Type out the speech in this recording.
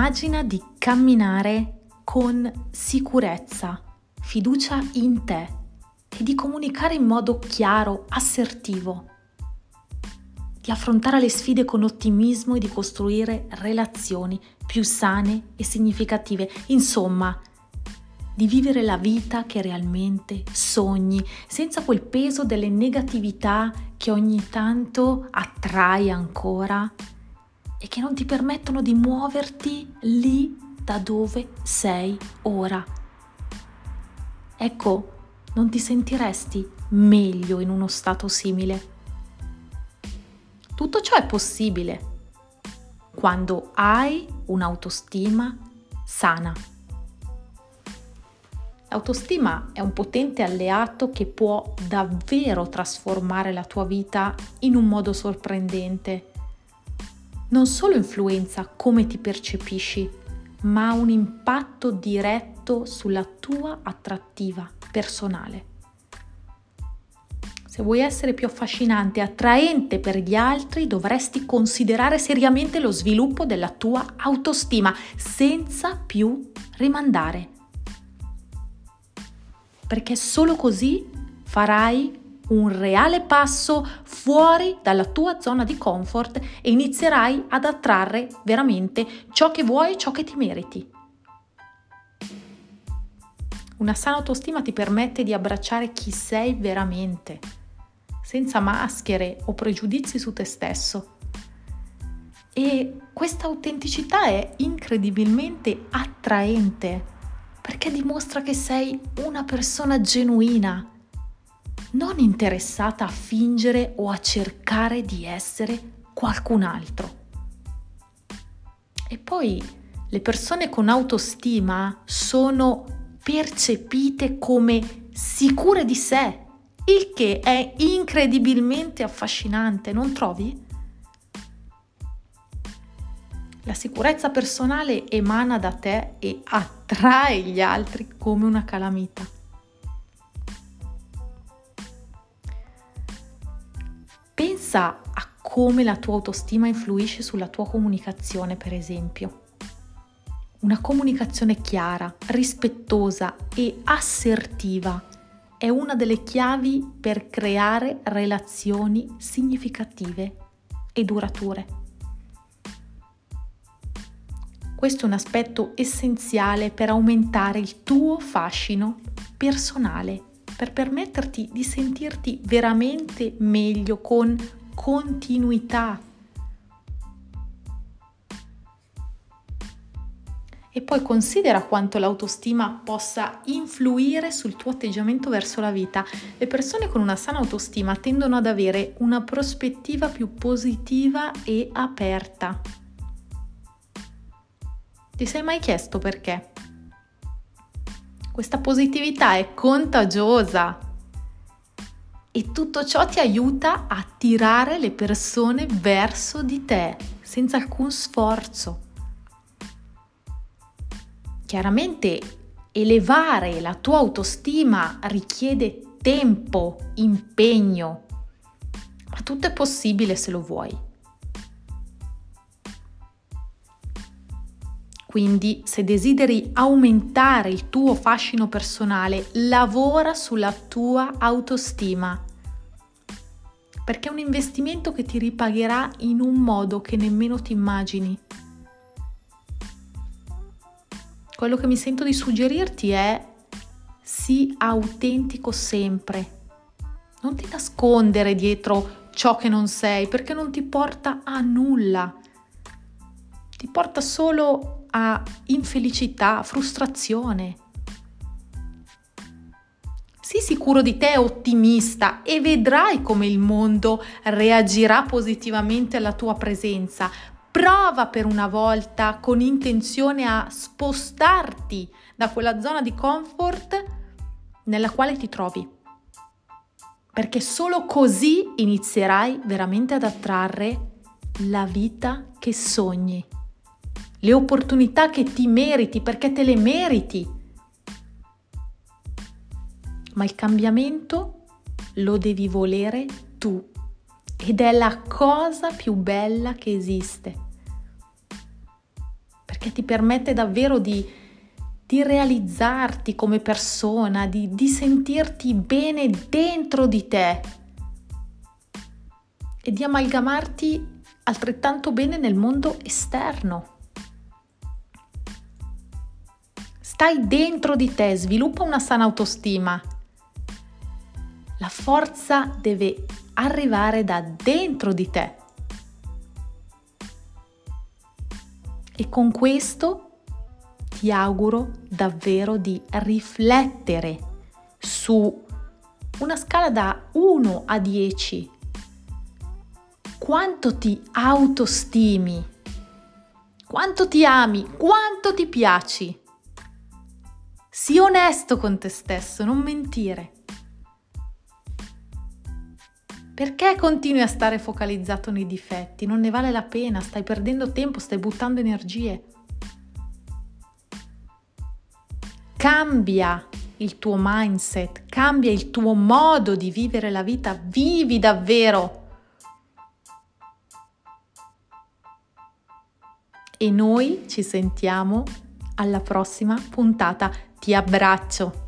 Immagina di camminare con sicurezza, fiducia in te e di comunicare in modo chiaro, assertivo, di affrontare le sfide con ottimismo e di costruire relazioni più sane e significative. Insomma, di vivere la vita che realmente sogni, senza quel peso delle negatività che ogni tanto attrai ancora e che non ti permettono di muoverti lì da dove sei ora. Ecco, non ti sentiresti meglio in uno stato simile? Tutto ciò è possibile quando hai un'autostima sana. L'autostima è un potente alleato che può davvero trasformare la tua vita in un modo sorprendente. Non solo influenza come ti percepisci, ma ha un impatto diretto sulla tua attrattiva personale. Se vuoi essere più affascinante e attraente per gli altri, dovresti considerare seriamente lo sviluppo della tua autostima, senza più rimandare. Perché solo così farai un reale passo fuori dalla tua zona di comfort e inizierai ad attrarre veramente ciò che vuoi e ciò che ti meriti. Una sana autostima ti permette di abbracciare chi sei veramente, senza maschere o pregiudizi su te stesso. E questa autenticità è incredibilmente attraente, perché dimostra che sei una persona genuina, non interessata a fingere o a cercare di essere qualcun altro. E poi le persone con autostima sono percepite come sicure di sé, il che è incredibilmente affascinante, non trovi? La sicurezza personale emana da te e attrae gli altri come una calamita. Pensa a come la tua autostima influisce sulla tua comunicazione, per esempio. Una comunicazione chiara, rispettosa e assertiva è una delle chiavi per creare relazioni significative e durature. Questo è un aspetto essenziale per aumentare il tuo fascino personale, per permetterti di sentirti veramente meglio con continuità. E poi considera quanto l'autostima possa influire sul tuo atteggiamento verso la vita. Le persone con una sana autostima tendono ad avere una prospettiva più positiva e aperta. Ti sei mai chiesto perché? Questa positività è contagiosa e tutto ciò ti aiuta a attirare le persone verso di te senza alcun sforzo. Chiaramente elevare la tua autostima richiede tempo, impegno, ma tutto è possibile se lo vuoi. Quindi, se desideri aumentare il tuo fascino personale, lavora sulla tua autostima, perché è un investimento che ti ripagherà in un modo che nemmeno ti immagini. Quello che mi sento di suggerirti è: sii autentico sempre. Non ti nascondere dietro ciò che non sei, perché non ti porta a nulla. Ti porta solo a infelicità, frustrazione. Sii sicuro di te e ottimista e vedrai come il mondo reagirà positivamente alla tua presenza. Prova per una volta con intenzione a spostarti da quella zona di comfort nella quale ti trovi, perché solo così inizierai veramente ad attrarre la vita che sogni. Le opportunità che ti meriti, perché te le meriti. Ma il cambiamento lo devi volere tu ed è la cosa più bella che esiste. perché ti permette davvero di realizzarti come persona, di sentirti bene dentro di te e di amalgamarti altrettanto bene nel mondo esterno. Stai dentro di te, sviluppa una sana autostima. La forza deve arrivare da dentro di te. E con questo ti auguro davvero di riflettere su una scala da 1 a 10. Quanto ti autostimi? Quanto ti ami? Quanto ti piaci? Sii onesto con te stesso, non mentire. Perché continui a stare focalizzato nei difetti? Non ne vale la pena, stai perdendo tempo, stai buttando energie. Cambia il tuo mindset, cambia il tuo modo di vivere la vita, vivi davvero. E noi ci sentiamo alla prossima puntata. Ti abbraccio.